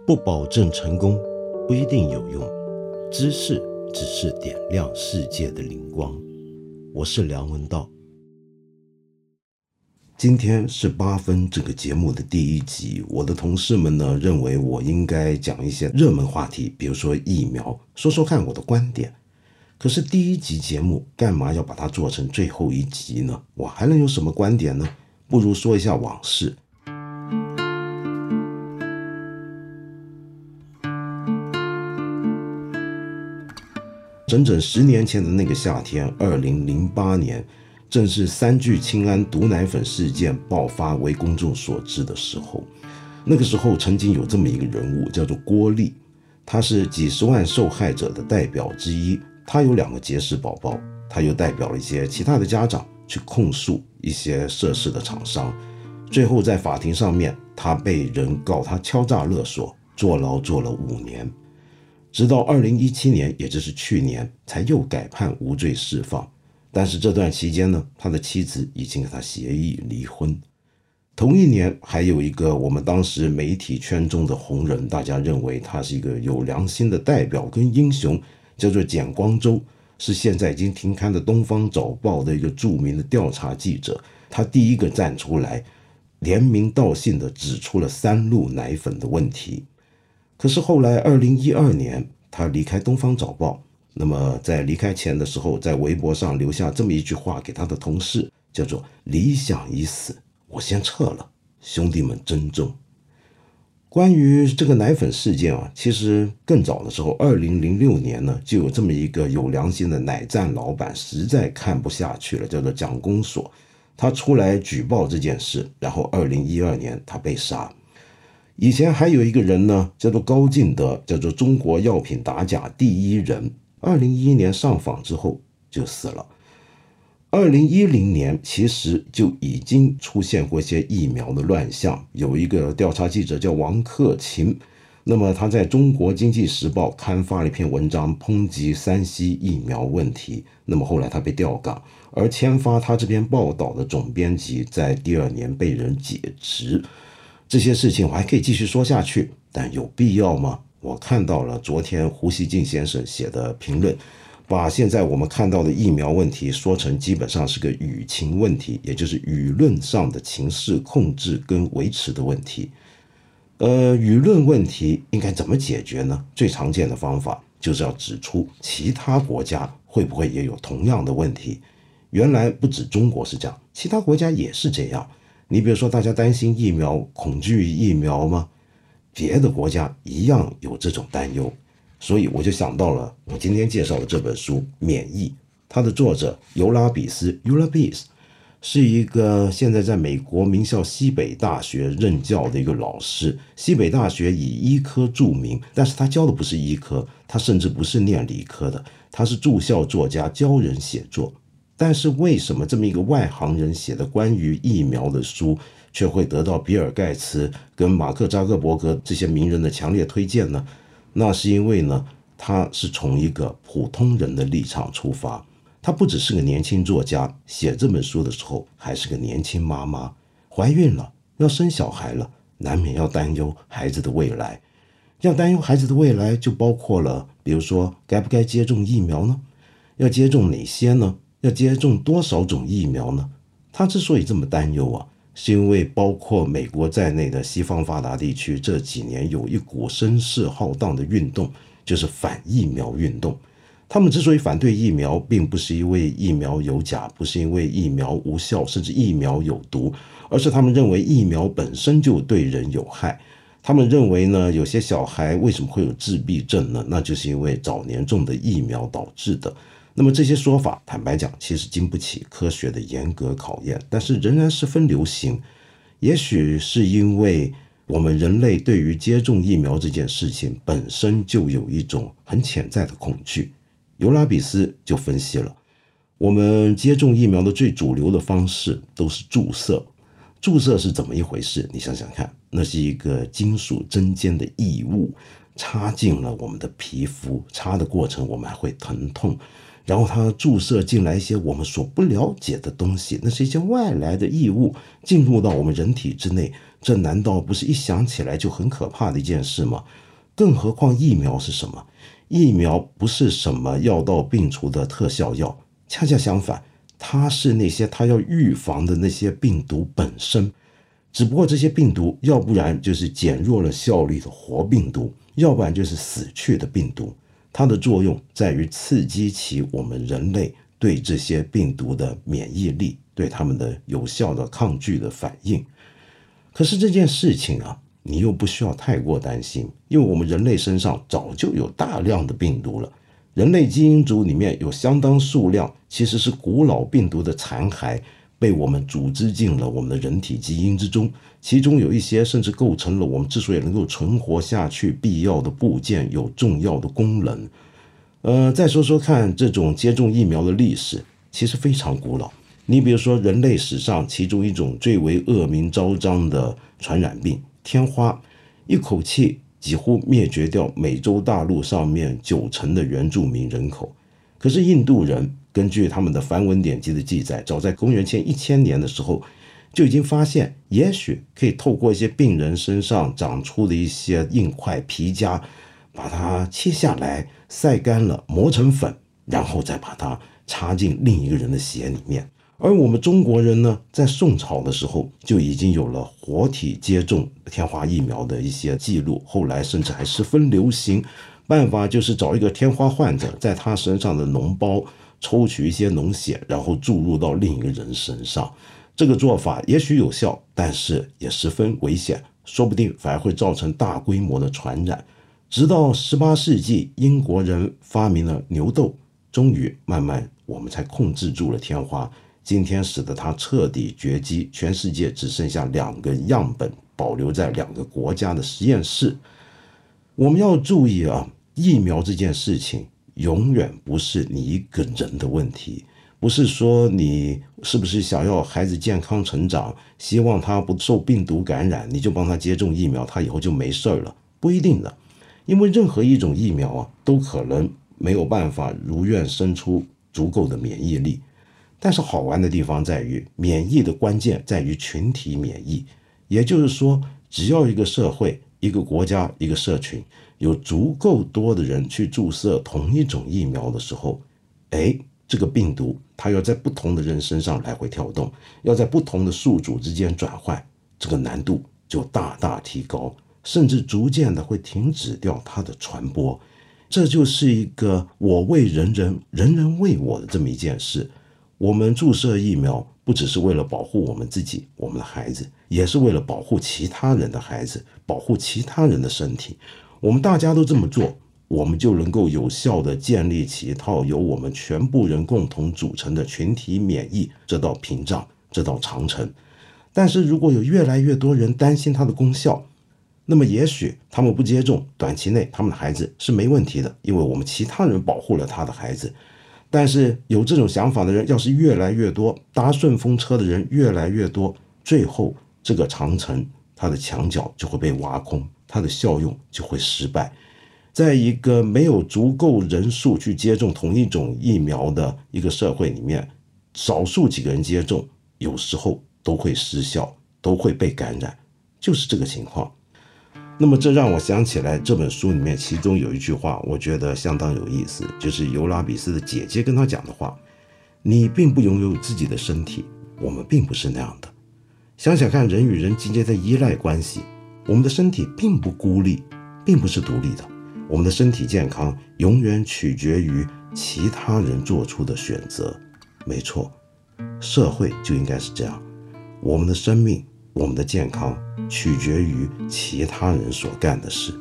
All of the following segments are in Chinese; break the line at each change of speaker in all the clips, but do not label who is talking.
不保证成功，不一定有用。知识只是点亮世界的灵光。我是梁文道。今天是8分这个节目的第1集，我的同事们呢认为我应该讲一些热门话题，比如说疫苗，说说看我的观点。可是第1集节目干嘛要把它做成最后1集呢？我还能有什么观点呢？不如说一下往事。整整10年前的那个夏天，2008年，正是3聚氰胺毒奶粉事件爆发为公众所知的时候。那个时候曾经有这么一个人物，叫做郭丽，他是几十万受害者的代表之一。他有2个结石宝宝，他又代表了一些其他的家长去控诉一些涉事的厂商。最后在法庭上面，他被人告他敲诈勒索，坐牢坐了5年。直到2017年，也就是去年，才又改判无罪释放。但是这段期间呢，他的妻子已经跟他协议离婚。同一年，还有一个我们当时媒体圈中的红人，大家认为他是一个有良心的代表跟英雄，叫做简光洲，是现在已经停刊的《东方早报》的一个著名的调查记者。他第一个站出来，连名道姓的指出了3鹿奶粉的问题。可是后来2012年他离开东方早报，那么在离开前的时候，在微博上留下这么一句话给他的同事，叫做理想已死，我先撤了，兄弟们珍重。关于这个奶粉事件啊，其实更早的时候2006年呢，就有这么一个有良心的奶站老板实在看不下去了，叫做蒋公所，他出来举报这件事，然后2012年他被杀。以前还有一个人呢，叫做高进德，叫做中国药品打假第1人，2011年上访之后就死了。2010年其实就已经出现过一些疫苗的乱象，有一个调查记者叫王克勤，那么他在中国经济时报刊发了一篇文章，抨击3C疫苗问题，那么后来他被调岗，而签发他这篇报道的总编辑在第2年被人解职。这些事情我还可以继续说下去，但有必要吗？我看到了昨天胡锡进先生写的评论，把现在我们看到的疫苗问题说成基本上是个舆情问题，也就是舆论上的情势控制跟维持的问题。舆论问题应该怎么解决呢？最常见的方法就是要指出其他国家会不会也有同样的问题。原来不止中国是这样，其他国家也是这样。你比如说大家担心疫苗，恐惧疫苗吗？别的国家一样有这种担忧。所以我就想到了我今天介绍的这本书《免疫》，它的作者尤拉比斯 Ulysses 是一个现在在美国名校西北大学任教的一个老师。西北大学以医科著名，但是他教的不是医科，他甚至不是念理科的，他是住校作家，教人写作。但是为什么这么一个外行人写的关于疫苗的书，却会得到比尔盖茨跟马克扎克伯格这些名人的强烈推荐呢？那是因为呢，他是从一个普通人的立场出发。他不只是个年轻作家，写这本书的时候还是个年轻妈妈，怀孕了，要生小孩了，难免要担忧孩子的未来。要担忧孩子的未来，就包括了比如说该不该接种疫苗呢？要接种哪些呢？要接种多少种疫苗呢？他之所以这么担忧啊，是因为包括美国在内的西方发达地区这几年有一股声势浩荡的运动，就是反疫苗运动。他们之所以反对疫苗，并不是因为疫苗有假，不是因为疫苗无效，甚至疫苗有毒，而是他们认为疫苗本身就对人有害。他们认为呢，有些小孩为什么会有自闭症呢？那就是因为早年种的疫苗导致的。那么这些说法，坦白讲，其实经不起科学的严格考验，但是仍然十分流行。也许是因为我们人类对于接种疫苗这件事情本身就有一种很潜在的恐惧。尤拉比斯就分析了，我们接种疫苗的最主流的方式都是注射。注射是怎么一回事？你想想看，那是一个金属针尖的异物插进了我们的皮肤，插的过程我们还会疼痛， 然后它注射进来一些我们所不了解的东西，那是一些外来的异物进入到我们人体之内，这难道不是一想起来就很可怕的一件事吗？更何况疫苗是什么？疫苗不是什么药到病除的特效药，恰恰相反，它是那些它要预防的那些病毒本身。只不过这些病毒要不然就是减弱了效率的活病毒，要不然就是死去的病毒。它的作用在于刺激起我们人类对这些病毒的免疫力，对它们的有效的抗拒的反应。可是这件事情啊，你又不需要太过担心，因为我们人类身上早就有大量的病毒了。人类基因组里面有相当数量其实是古老病毒的残骸，被我们组织进了我们的人体基因之中，其中有一些甚至构成了我们之所以能够存活下去必要的部件，有重要的功能。再说说看，这种接种疫苗的历史其实非常古老。你比如说人类史上其中一种最为恶名昭彰的传染病天花，一口气几乎灭绝掉美洲大陆上面90%的原住民人口。可是印度人根据他们的梵文典籍的记载，早在公元前1000年的时候就已经发现，也许可以透过一些病人身上长出的一些硬块皮痂，把它切下来晒干了磨成粉，然后再把它插进另一个人的血里面。而我们中国人呢，在宋朝的时候就已经有了活体接种天花疫苗的一些记录，后来甚至还十分流行。办法就是找一个天花患者，在他身上的脓包抽取一些脓血，然后注入到另一个人身上。这个做法也许有效，但是也十分危险，说不定反而会造成大规模的传染。直到18世纪，英国人发明了牛痘，终于慢慢我们才控制住了天花。今天使得它彻底绝迹，全世界只剩下2个样本保留在2个国家的实验室。我们要注意啊，疫苗这件事情永远不是你一个人的问题，不是说你是不是想要孩子健康成长，希望他不受病毒感染，你就帮他接种疫苗，他以后就没事了，不一定的。因为任何一种疫苗啊，都可能没有办法如愿生出足够的免疫力。但是好玩的地方在于，免疫的关键在于群体免疫，也就是说，只要一个社会、一个国家、一个社群有足够多的人去注射同一种疫苗的时候，这个病毒它要在不同的人身上来回跳动，要在不同的宿主之间转换，这个难度就大大提高，甚至逐渐的会停止掉它的传播。这就是一个我为人人，人人为我的这么一件事。我们注射疫苗不只是为了保护我们自己，我们的孩子，也是为了保护其他人的孩子，保护其他人的身体。我们大家都这么做，我们就能够有效地建立起一套由我们全部人共同组成的群体免疫这道屏障，这道长城。但是如果有越来越多人担心它的功效，那么也许他们不接种，短期内他们的孩子是没问题的，因为我们其他人保护了他的孩子。但是有这种想法的人要是越来越多，搭顺风车的人越来越多，最后这个长城它的墙角就会被挖空，它的效用就会失败。在一个没有足够人数去接种同一种疫苗的一个社会里面，少数几个人接种，有时候都会失效，都会被感染，就是这个情况。那么这让我想起来这本书里面其中有一句话，我觉得相当有意思，就是尤拉比斯的姐姐跟他讲的话：你并不拥有自己的身体，我们并不是那样的。想想看，人与人之间的依赖关系，我们的身体并不孤立，并不是独立的，我们的身体健康永远取决于其他人做出的选择。没错，社会就应该是这样，我们的生命，我们的健康取决于其他人所干的事。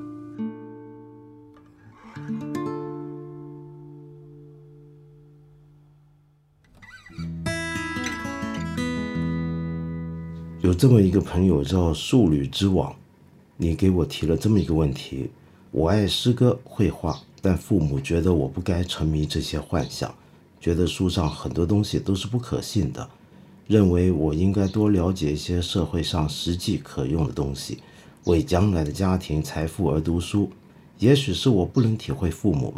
有这么一个朋友叫素履之网，你给我提了这么一个问题：我爱诗歌绘画，但父母觉得我不该沉迷这些幻想，觉得书上很多东西都是不可信的，认为我应该多了解一些社会上实际可用的东西，为将来的家庭财富而读书。也许是我不能体会父母吧，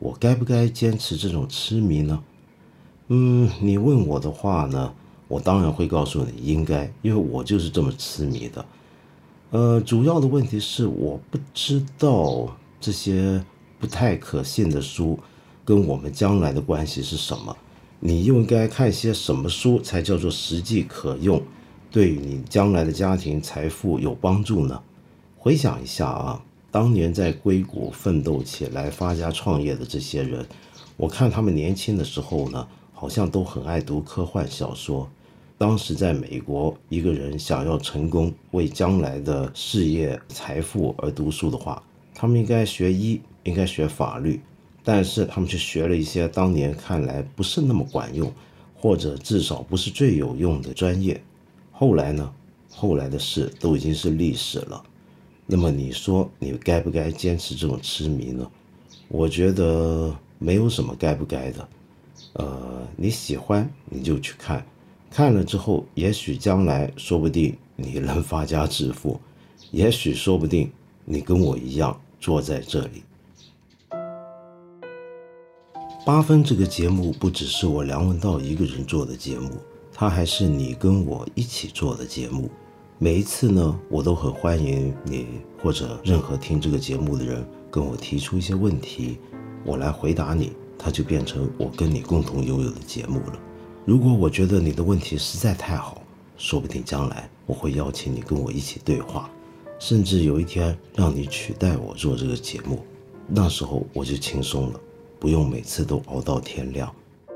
我该不该坚持这种痴迷呢？你问我的话呢，我当然会告诉你应该，因为我就是这么痴迷的。主要的问题是我不知道这些不太可信的书跟我们将来的关系是什么。你又应该看些什么书才叫做实际可用，对于你将来的家庭财富有帮助呢？回想一下啊，当年在硅谷奋斗起来发家创业的这些人，我看他们年轻的时候呢，好像都很爱读科幻小说。当时在美国，一个人想要成功，为将来的事业财富而读书的话，他们应该学医，应该学法律，但是他们却学了一些当年看来不是那么管用，或者至少不是最有用的专业。后来呢？后来的事都已经是历史了。那么你说你该不该坚持这种痴迷呢？我觉得没有什么该不该的。你喜欢你就去看，看了之后，也许将来说不定你能发家致富，也许说不定你跟我一样坐在这里。8分这个节目不只是我梁文道一个人做的节目，它还是你跟我一起做的节目。每一次呢，我都很欢迎你或者任何听这个节目的人跟我提出一些问题，我来回答你，它就变成我跟你共同拥有的节目了。如果我觉得你的问题实在太好，说不定将来我会邀请你跟我一起对话，甚至有一天让你取代我做这个节目，那时候我就轻松了，不用每次都熬到天亮。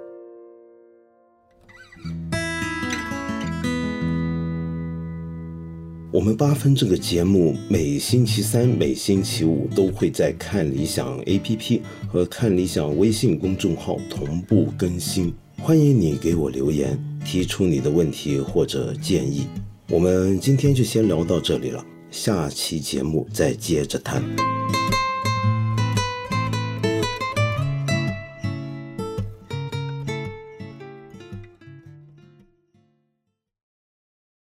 我们8分这个节目每星期三、每星期五都会在看理想 APP 和看理想微信公众号同步更新，欢迎你给我留言，提出你的问题或者建议。我们今天就先聊到这里了，下期节目再接着谈。